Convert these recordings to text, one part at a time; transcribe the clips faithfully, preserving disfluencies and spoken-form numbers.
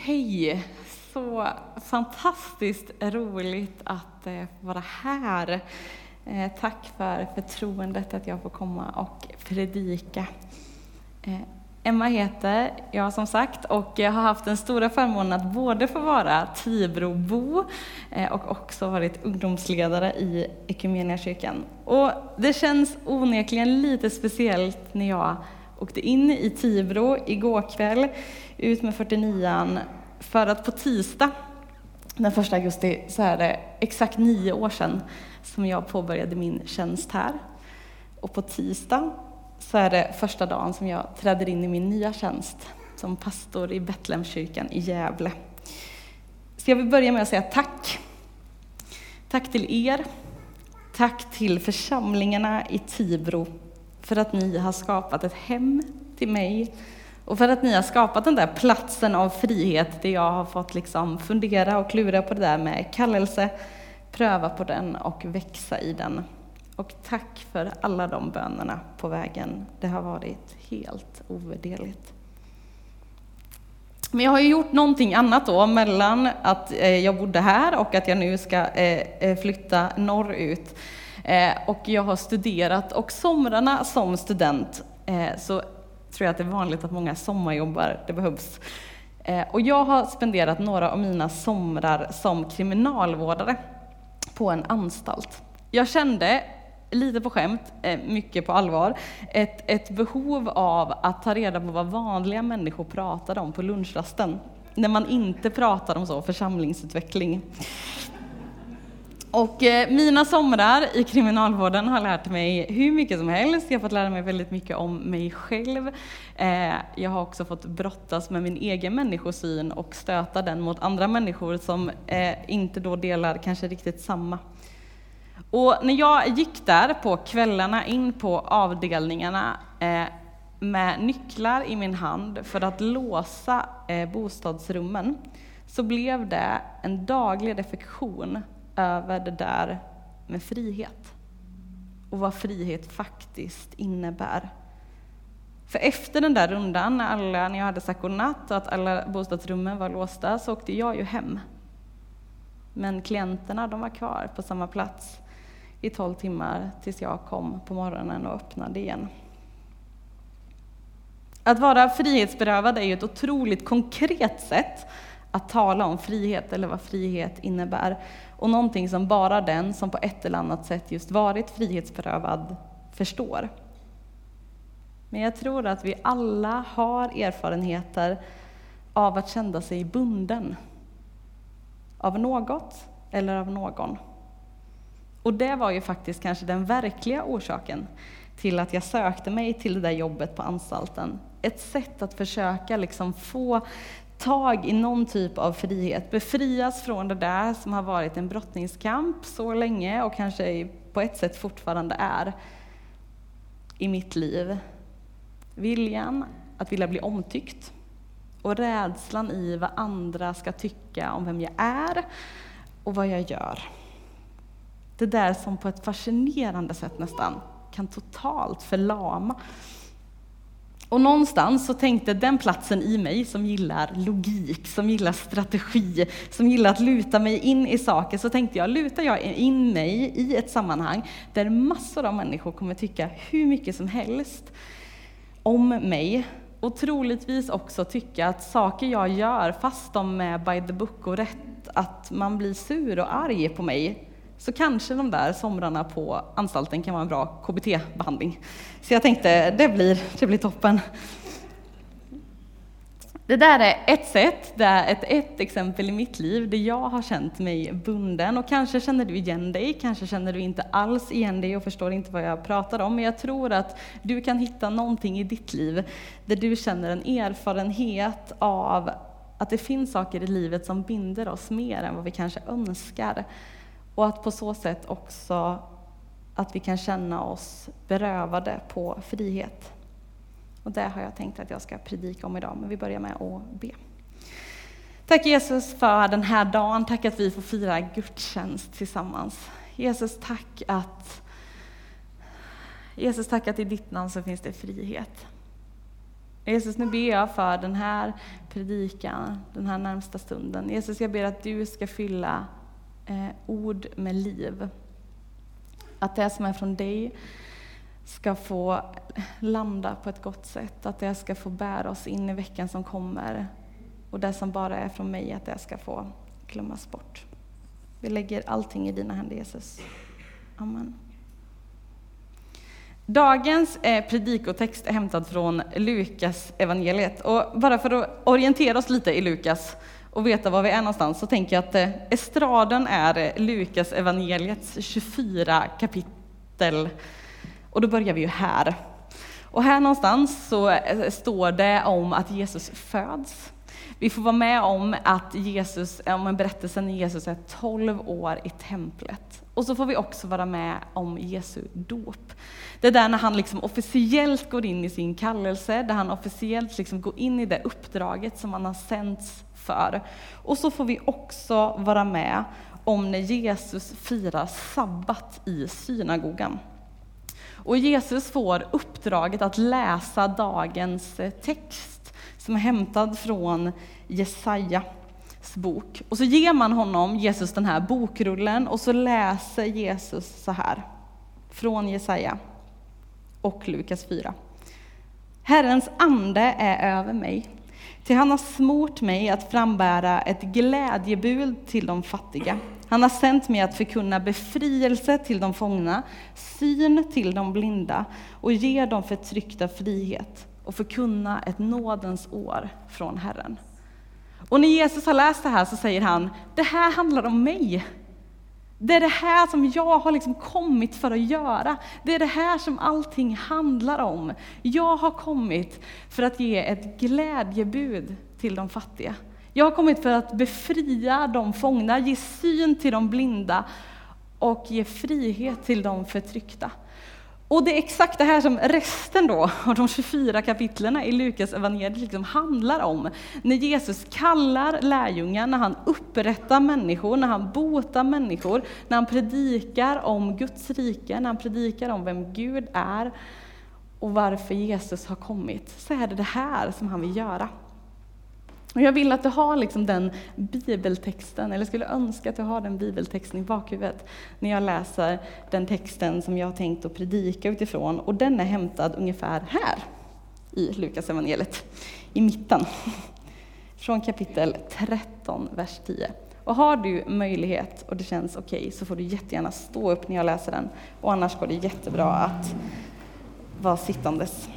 Hej! Så fantastiskt roligt att eh, vara här. Eh, tack för förtroendet att jag får komma och predika. Eh, Emma heter jag som sagt och jag har haft den stora förmånen att både få vara Tibrobo eh, och också varit ungdomsledare i Equmeniakyrkan. Och det känns onekligen lite speciellt när jag åkte in i Tibro igår kväll ut med fyrtionioan för att på tisdag den första augusti så är det exakt nio år sedan som jag påbörjade min tjänst här. Och på tisdag så är det första dagen som jag träder in i min nya tjänst som pastor i Betlehemskyrkan i Gävle. Så jag vill börja med att säga tack. Tack till er. Tack till församlingarna i Tibro för att ni har skapat ett hem till mig och för att ni har skapat den där platsen av frihet där jag har fått liksom fundera och klura på det där med kallelse, pröva på den och växa i den. Och tack för alla de bönerna på vägen. Det har varit helt ovärderligt. Men jag har ju gjort någonting annat då mellan att jag bodde här och att jag nu ska flytta norrut. Och jag har studerat och somrarna som student så tror jag att det är vanligt att många sommarjobbar, det behövs. Och jag har spenderat några av mina somrar som kriminalvårdare på en anstalt. Jag kände lite på skämt, mycket på allvar, ett, ett behov av att ta reda på vad vanliga människor pratade om på lunchrasten. När man inte pratar om så församlingsutveckling. Och eh, mina somrar i kriminalvården har lärt mig hur mycket som helst. Jag har fått lära mig väldigt mycket om mig själv. Eh, jag har också fått brottas med min egen människosyn och stöta den mot andra människor som eh, inte då delar kanske riktigt samma. Och när jag gick där på kvällarna in på avdelningarna eh, med nycklar i min hand för att låsa eh, bostadsrummen så blev det en daglig reflektion över det där med frihet och vad frihet faktiskt innebär. För efter den där rundan, när, alla, när jag hade sagt godnatt och att alla bostadsrummen var låsta, så åkte jag ju hem. Men klienterna, de var kvar på samma plats i tolv timmar tills jag kom på morgonen och öppnade igen. Att vara frihetsberövad är ju ett otroligt konkret sätt att tala om frihet eller vad frihet innebär. Och någonting som bara den som på ett eller annat sätt just varit frihetsberövad förstår. Men jag tror att vi alla har erfarenheter av att känna sig bunden. Av något eller av någon. Och det var ju faktiskt kanske den verkliga orsaken till att jag sökte mig till det där jobbet på anstalten. Ett sätt att försöka liksom få tag i någon typ av frihet. Befrias från det där som har varit en brottningskamp så länge och kanske på ett sätt fortfarande är i mitt liv. Viljan att vilja bli omtyckt och rädslan i vad andra ska tycka om vem jag är och vad jag gör. Det där som på ett fascinerande sätt nästan kan totalt förlama. Och någonstans så tänkte den platsen i mig som gillar logik, som gillar strategi, som gillar att luta mig in i saker, så tänkte jag, lutar jag in mig i ett sammanhang där massor av människor kommer tycka hur mycket som helst om mig och troligtvis också tycka att saker jag gör, fast de är by the book och rätt, att man blir sur och arg på mig, så kanske de där somrarna på anstalten kan vara en bra K B T-behandling. Så jag tänkte, det blir, det blir toppen. Det där är ett sätt, det är ett, ett exempel i mitt liv där jag har känt mig bunden. Och kanske känner du igen dig, kanske känner du inte alls igen dig och förstår inte vad jag pratar om. Men jag tror att du kan hitta någonting i ditt liv där du känner en erfarenhet av att det finns saker i livet som binder oss mer än vad vi kanske önskar. Och att på så sätt också att vi kan känna oss berövade på frihet. Och det har jag tänkt att jag ska predika om idag, men vi börjar med att be. Tack Jesus för den här dagen, tack att vi får fira gudstjänst tillsammans. Jesus, tack att, Jesus, tack att i ditt namn så finns det frihet. Jesus, nu ber jag för den här predikan, den här närmsta stunden. Jesus, jag ber att du ska fylla eh, ord med liv. Att det som är från dig ska få landa på ett gott sätt. Att det ska få bära oss in i veckan som kommer. Och det som bara är från mig, att det ska få glömmas bort. Vi lägger allting i dina händer, Jesus. Amen. Dagens eh, predikotext är hämtad från Lukas evangeliet. Och bara för att orientera oss lite i Lukas och veta var vi är någonstans, så tänker jag att eh, estraden är eh, Lukas evangeliets tjugofyra kapitel. Och då börjar vi ju här. Och här någonstans så eh, står det om att Jesus föds. Vi får vara med om att Jesus, om en berättelse när Jesus är tolv år i templet. Och så får vi också vara med om Jesu dop. Det är där när han liksom officiellt går in i sin kallelse, där han officiellt liksom går in i det uppdraget som han har sänts för. Och så får vi också vara med om när Jesus firar sabbat i synagogan. Och Jesus får uppdraget att läsa dagens text som är hämtad från Jesajas bok. Och så ger man honom, Jesus, den här bokrullen, och så läser Jesus så här från Jesaja och Lukas fyra. Herrens ande är över mig, till han har smort mig att frambära ett glädjebud till de fattiga. Han har sänt mig att förkunna befrielse till de fångna, syn till de blinda och ge dem förtryckta frihet och förkunna ett nådens år från Herren. Och när Jesus har läst det här så säger han, det här handlar om mig. Det är det här som jag har liksom kommit för att göra. Det är det här som allting handlar om. Jag har kommit för att ge ett glädjebud till de fattiga. Jag har kommit för att befria de fångna, ge syn till de blinda och ge frihet till de förtryckta. Och det är exakt det här som resten då av de tjugofyra kapitlerna i Lukas evangeliet liksom handlar om. När Jesus kallar lärjungar, när han upprättar människor, när han botar människor, när han predikar om Guds rike, när han predikar om vem Gud är och varför Jesus har kommit, så är det det här som han vill göra. Och jag vill att du har liksom den bibeltexten, eller skulle önska att du har den bibeltexten i bakhuvudet när jag läser den texten som jag har tänkt att predika utifrån. Och den är hämtad ungefär här i Lukas evangeliet, i mitten, från kapitel tretton, vers tio. Och har du möjlighet och det känns okej, okay, så får du jättegärna stå upp när jag läser den. Och annars går det jättebra att vara sittandes.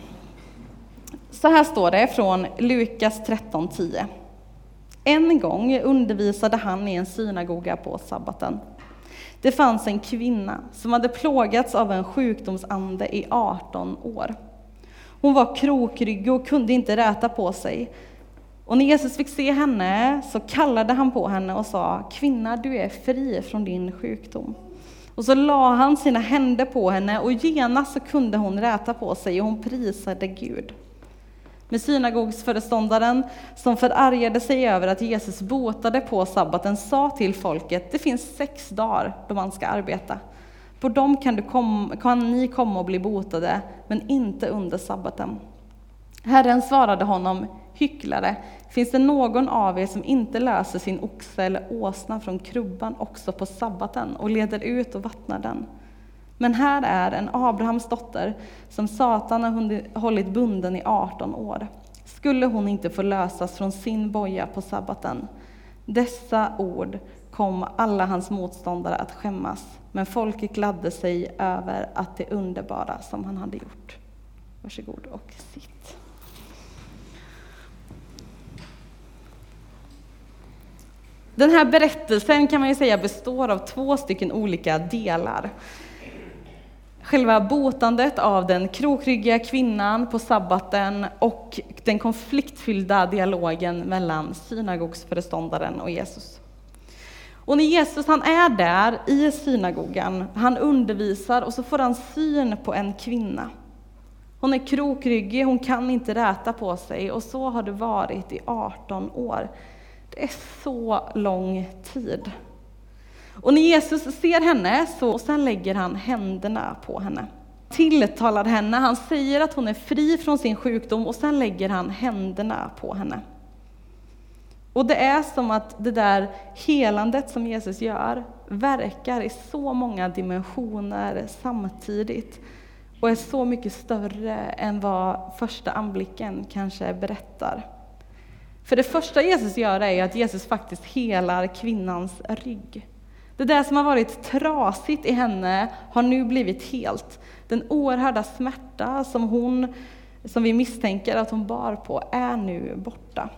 Så här står det från Lukas tretton tio. En gång undervisade han i en synagoga på sabbaten. Det fanns en kvinna som hade plågats av en sjukdomsande i arton år. Hon var krokryggig och kunde inte räta på sig. Och när Jesus fick se henne så kallade han på henne och sa, kvinna, du är fri från din sjukdom. Och så la han sina händer på henne och genast så kunde hon räta på sig och hon prisade Gud. Men synagogsföreståndaren som förargade sig över att Jesus botade på sabbaten sa till folket, det finns sex dagar då man ska arbeta. På dem kan, du kom, kan ni komma och bli botade, men inte under sabbaten. Herren svarade honom, hycklare, finns det någon av er som inte löser sin oxe eller åsna från krubban också på sabbaten och leder ut och vattnar den? Men här är en Abrahams dotter som Satan har hållit bunden i arton år. Skulle hon inte få lösas från sin boja på sabbaten? Dessa ord kom alla hans motståndare att skämmas, men folket gladde sig över att det underbara som han hade gjort. Varsågod och sitt. Den här berättelsen kan man ju säga består av två stycken olika delar. Själva botandet av den krokryggiga kvinnan på sabbaten och den konfliktfyllda dialogen mellan synagogsföreståndaren och Jesus. Och när Jesus han är där i synagogan, han undervisar och så får han syn på en kvinna. Hon är krokryggig, hon kan inte räta på sig och så har det varit i arton år. Det är så lång tid. Och när Jesus ser henne så och sen lägger han händerna på henne. tilltalar henne. Han säger att hon är fri från sin sjukdom och sen lägger han händerna på henne. Och det är som att det där helandet som Jesus gör verkar i så många dimensioner samtidigt och är så mycket större än vad första anblicken kanske berättar. För det första Jesus gör är att Jesus faktiskt helar kvinnans rygg. Det där som har varit trasigt i henne har nu blivit helt. Den oerhörda smärta som hon, som vi misstänker att hon bar på, är nu borta.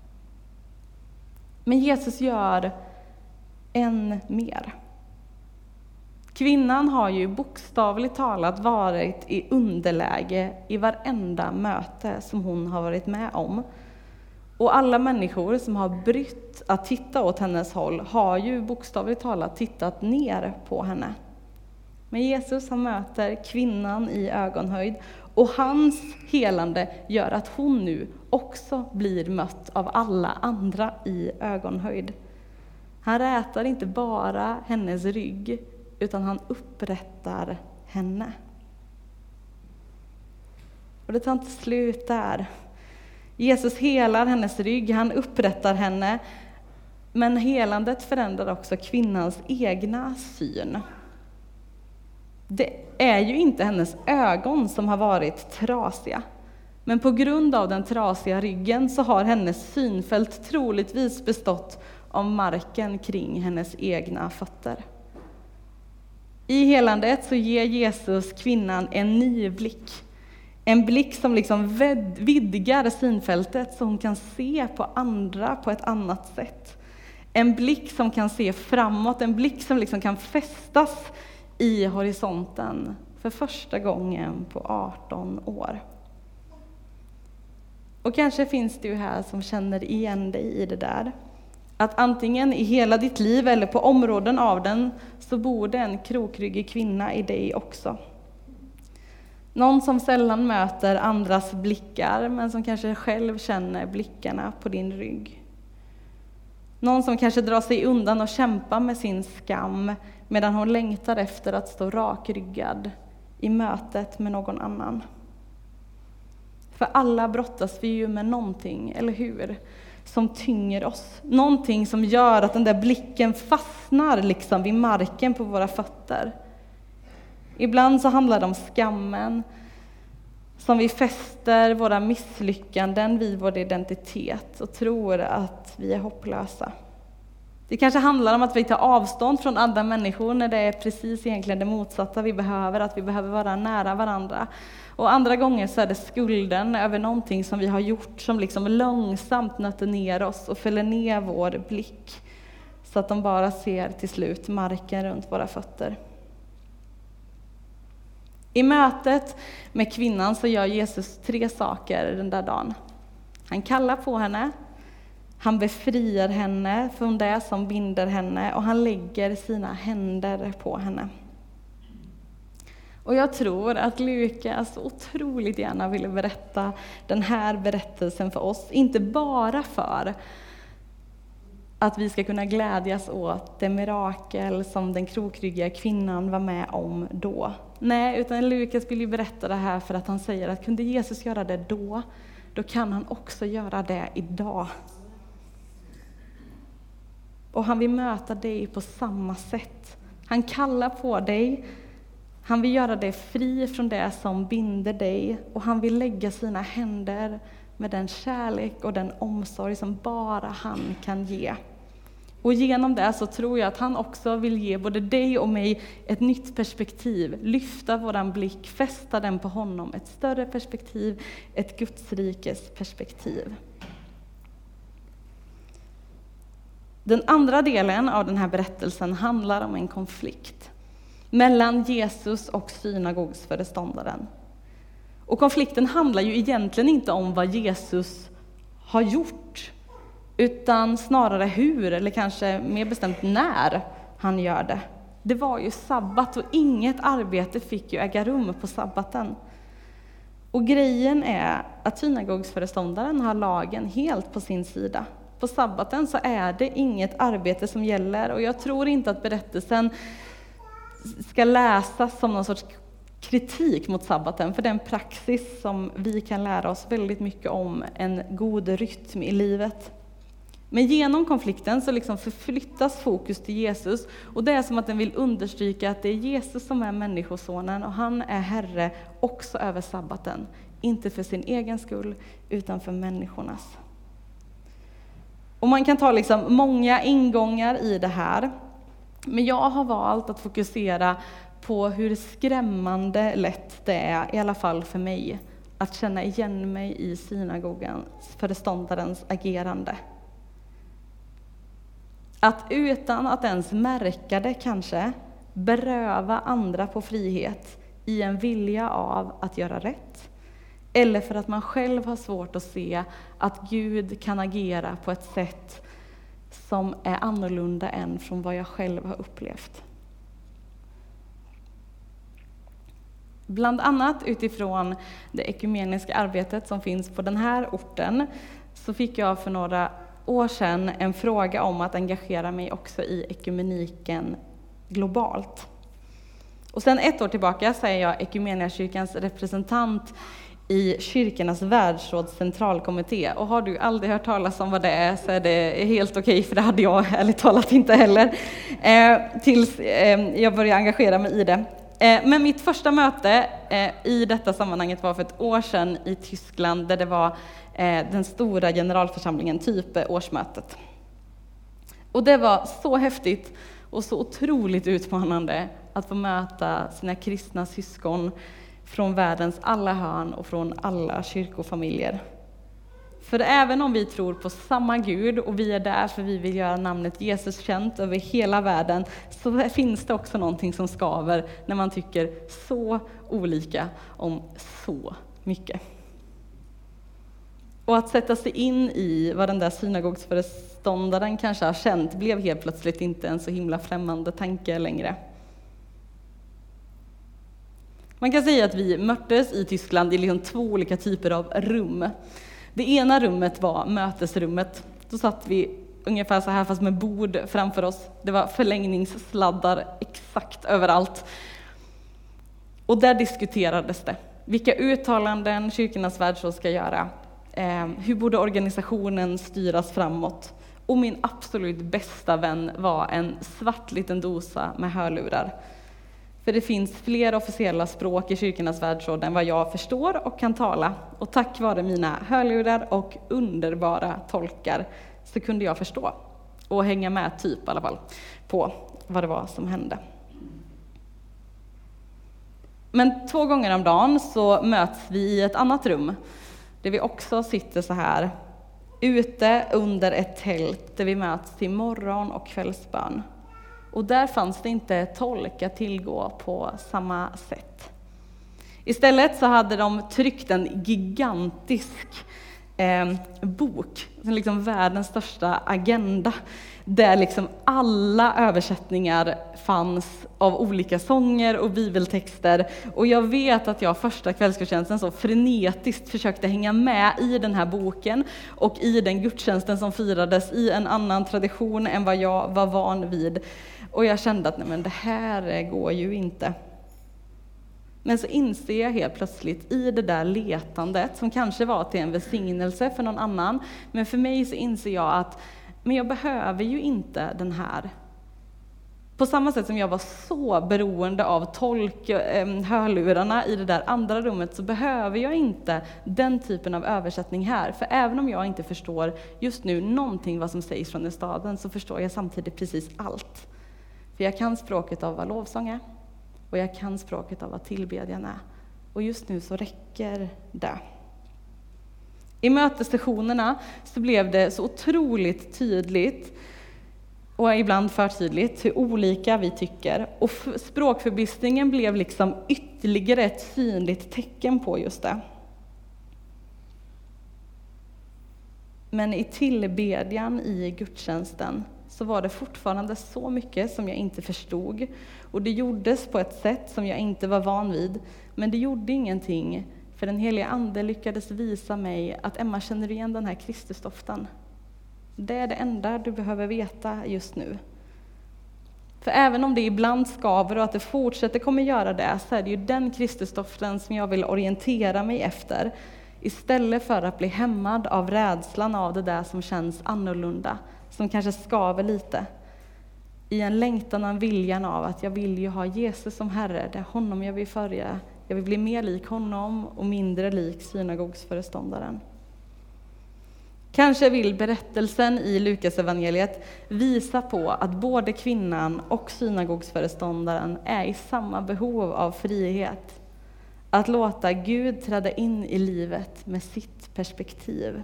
Men Jesus gör än mer. Kvinnan har ju bokstavligt talat varit i underläge i varenda möte som hon har varit med om. Och alla människor som har brytt att titta åt hennes håll har ju bokstavligt talat tittat ner på henne. Men Jesus, han möter kvinnan i ögonhöjd, och hans helande gör att hon nu också blir mött av alla andra i ögonhöjd. Han rätar inte bara hennes rygg, utan han upprättar henne. Och det tar inte slut där. Jesus helar hennes rygg, han upprättar henne, men helandet förändrar också kvinnans egna syn. Det är ju inte hennes ögon som har varit trasiga, men på grund av den trasiga ryggen så har hennes synfält troligtvis bestått av marken kring hennes egna fötter. I helandet så ger Jesus kvinnan en ny blick. En blick som liksom vidgar synfältet så hon kan se på andra på ett annat sätt. En blick som kan se framåt, en blick som liksom kan fästas i horisonten för första gången på arton år. Och kanske finns det ju här som känner igen dig i det där. Att antingen i hela ditt liv eller på områden av den så bor det en krokryggig kvinna i dig också. Någon som sällan möter andras blickar, men som kanske själv känner blickarna på din rygg. Någon som kanske drar sig undan och kämpar med sin skam, medan hon längtar efter att stå rakryggad i mötet med någon annan. För alla brottas vi ju med någonting, eller hur? Som tynger oss. Någonting som gör att den där blicken fastnar liksom vid marken på våra fötter. Ibland så handlar det om skammen som vi fäster våra misslyckanden vid vår identitet och tror att vi är hopplösa. Det kanske handlar om att vi tar avstånd från andra människor när det är precis egentligen det motsatta vi behöver, att vi behöver vara nära varandra. Och andra gånger så är det skulden över någonting som vi har gjort som liksom långsamt nöter ner oss och fäller ner vår blick så att de bara ser till slut marken runt våra fötter. I mötet med kvinnan så gör Jesus tre saker den där dagen. Han kallar på henne, han befriar henne från det som binder henne och han lägger sina händer på henne. Och jag tror att Lukas otroligt gärna ville berätta den här berättelsen för oss, inte bara för att vi ska kunna glädjas åt det mirakel som den krokryggiga kvinnan var med om då. Nej, utan Lukas vill ju berätta det här för att han säger att kunde Jesus göra det då, då kan han också göra det idag. Och han vill möta dig på samma sätt. Han kallar på dig, han vill göra dig fri från det som binder dig och han vill lägga sina händer med den kärlek och den omsorg som bara han kan ge. Och genom det så tror jag att han också vill ge både dig och mig ett nytt perspektiv. Lyfta våran blick, fästa den på honom. Ett större perspektiv, ett Gudsrikes perspektiv. Den andra delen av den här berättelsen handlar om en konflikt mellan Jesus och synagogsföreståndaren. Och konflikten handlar ju egentligen inte om vad Jesus har gjort, utan snarare hur, eller kanske mer bestämt när han gör det. Det var ju sabbat och inget arbete fick ju äga rum på sabbaten. Och grejen är att synagogsföreståndaren har lagen helt på sin sida. På sabbaten så är det inget arbete som gäller och jag tror inte att berättelsen ska läsas som någon sorts kritik mot sabbaten, för den praxis som vi kan lära oss väldigt mycket om, en god rytm i livet. Men genom konflikten så liksom förflyttas fokus till Jesus, och det är som att den vill understryka att det är Jesus som är människosonen, och han är herre också över sabbaten. Inte för sin egen skull, utan för människornas. Och man kan ta liksom många ingångar i det här, men jag har valt att fokusera på hur skrämmande lätt det är, i alla fall för mig, att känna igen mig i synagogans föreståndarens agerande. Att utan att ens märka det kanske, beröva andra på frihet i en vilja av att göra rätt. Eller för att man själv har svårt att se att Gud kan agera på ett sätt som är annorlunda än från vad jag själv har upplevt. Bland annat utifrån det ekumeniska arbetet som finns på den här orten, så fick jag för några år sedan en fråga om att engagera mig också i ekumeniken globalt. Och sedan ett år tillbaka så är jag Ekumeniakyrkans representant i Kyrkornas världsråds centralkommitté. Och har du aldrig hört talas om vad det är, så är det helt okej, för det hade jag ärligt talat inte heller. Eh, tills eh, jag började engagera mig i det. Eh, men mitt första möte eh, i detta sammanhanget var för ett år sedan i Tyskland, där det var eh, den stora generalförsamlingen, typ årsmötet. Och det var så häftigt och så otroligt utmanande att få möta sina kristna syskon från världens alla hörn och från alla kyrkofamiljer. För även om vi tror på samma Gud och vi är där för vi vill göra namnet Jesus känt över hela världen, så finns det också någonting som skaver när man tycker så olika om så mycket. Och att sätta sig in i vad den där synagogsföreståndaren kanske har känt blev helt plötsligt inte en så himla främmande tanke längre. Man kan säga att vi möttes i Tyskland i liksom två olika typer av rum. Det ena rummet var mötesrummet. Då satt vi ungefär så här fast med bord framför oss. Det var förlängningssladdar exakt överallt. Och där diskuterades det. Vilka uttalanden Kyrkornas världsråd ska göra. Eh, hur borde organisationen styras framåt? Och min absolut bästa vän var en svart liten dosa med hörlurar. För det finns fler officiella språk i Kyrkornas världsråd än vad jag förstår och kan tala. Och tack vare mina hörlurar och underbara tolkar så kunde jag förstå. Och hänga med typ i alla fall på vad det var som hände. Men två gånger om dagen så möts vi i ett annat rum. Där vi också sitter så här ute under ett tält där vi möts till morgon- och kvällsbön. Och där fanns det inte tolk att tillgå på samma sätt. Istället så hade de tryckt en gigantisk eh, bok, liksom världens största agenda, där liksom alla översättningar fanns av olika sånger och bibeltexter. Och jag vet att jag första kvällsgudstjänsten så frenetiskt försökte hänga med i den här boken och i den gudstjänsten som firades i en annan tradition än vad jag var van vid. Och jag kände att nej, men det här går ju inte. Men så inser jag helt plötsligt i det där letandet, som kanske var till en välsignelse för någon annan, men för mig så inser jag att men jag behöver ju inte den här. På samma sätt som jag var så beroende av tolk, hörlurarna i det där andra rummet, så behöver jag inte den typen av översättning här. För även om jag inte förstår just nu någonting vad som sägs från den staden, så förstår jag samtidigt precis allt. För jag kan språket av vad lovsång är, och jag kan språket av vad tillbedjan är. Och just nu så räcker det. I mötessessionerna så blev det så otroligt tydligt, och ibland för tydligt, hur olika vi tycker. Och språkförbistringen blev liksom ytterligare ett synligt tecken på just det. Men i tillbedjan i gudstjänsten så var det fortfarande så mycket som jag inte förstod. Och det gjordes på ett sätt som jag inte var van vid. Men det gjorde ingenting, för den heliga ande lyckades visa mig att Emma känner igen den här Kristusdoften. Det är det enda du behöver veta just nu. För även om det ibland skaver och att det fortsätter kommer göra det, så är det ju den Kristusdoften som jag vill orientera mig efter. Istället för att bli hämmad av rädslan av det där som känns annorlunda, som kanske skaver lite. I en längtan och en viljan av att jag vill ju ha Jesus som Herre, det är honom jag vill följa. Jag vill bli mer lik honom och mindre lik synagogsföreståndaren. Kanske vill berättelsen i Lukasevangeliet visa på att både kvinnan och synagogsföreståndaren är i samma behov av frihet. Att låta Gud träda in i livet med sitt perspektiv.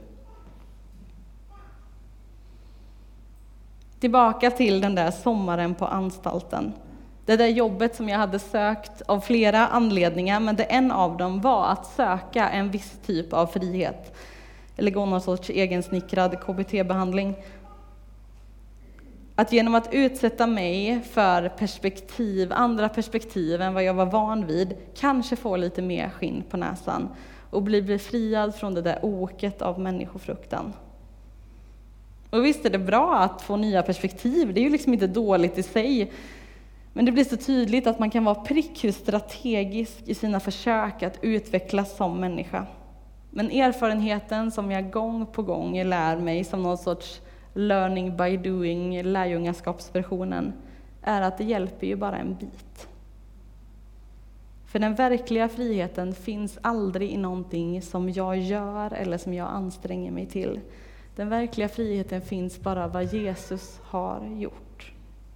Tillbaka till den där sommaren på anstalten. Det där jobbet som jag hade sökt av flera anledningar, men det en av dem var att söka en viss typ av frihet. Eller gå någon sorts egensnickrad K B T-behandling. Att genom att utsätta mig för perspektiv, andra perspektiv än vad jag var van vid, kanske få lite mer skinn på näsan och bli befriad från det där oket av människofruktan. Och visst är det bra att få nya perspektiv, det är ju liksom inte dåligt i sig. Men det blir så tydligt att man kan vara prick hur strategisk i sina försök att utvecklas som människa. Men erfarenheten som jag gång på gång lär mig som någon sorts learning by doing, lärjungaskapsversionen, är att det hjälper ju bara en bit. För den verkliga friheten finns aldrig i någonting som jag gör eller som jag anstränger mig till. Den verkliga friheten finns bara vad Jesus har gjort.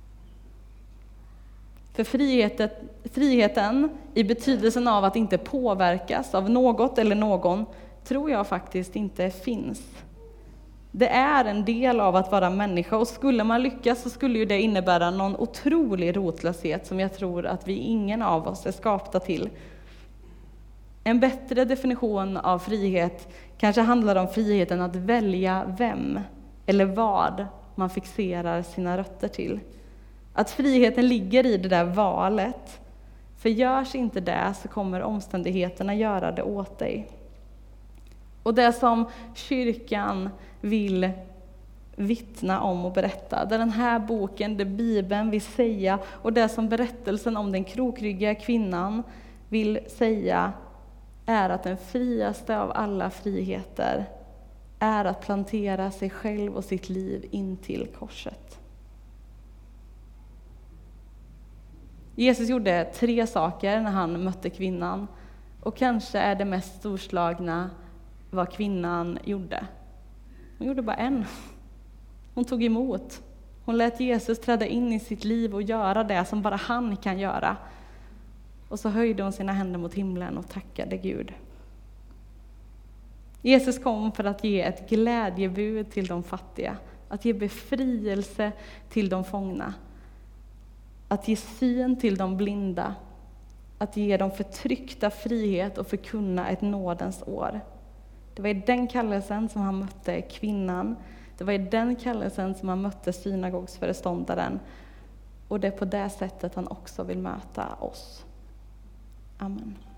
För friheten, friheten i betydelsen av att inte påverkas av något eller någon tror jag faktiskt inte finns. Det är en del av att vara människa, och skulle man lyckas så skulle ju det innebära någon otrolig rotlöshet som jag tror att vi ingen av oss är skapta till. En bättre definition av frihet kanske handlar om friheten att välja vem eller vad man fixerar sina rötter till. Att friheten ligger i det där valet. För görs inte det så kommer omständigheterna göra det åt dig. Och det som kyrkan vill vittna om och berätta, det den här boken, det Bibeln vill säga, och det som berättelsen om den krokryggiga kvinnan vill säga, är att den friaste av alla friheter är att plantera sig själv och sitt liv in till korset. Jesus gjorde tre saker när han mötte kvinnan, och kanske är det mest storslagna vad kvinnan gjorde. Hon gjorde bara en. Hon tog emot. Hon lät Jesus träda in i sitt liv och göra det som bara han kan göra. Och så höjde hon sina händer mot himlen och tackade Gud. Jesus kom för att ge ett glädjebud till de fattiga. Att ge befrielse till de fångna. Att ge syn till de blinda. Att ge de förtryckta frihet och förkunna ett nådens år. Det var i den kallelsen som han mötte kvinnan. Det var i den kallelsen som han mötte synagogsföreståndaren. Och det är på det sättet han också vill möta oss. Amen.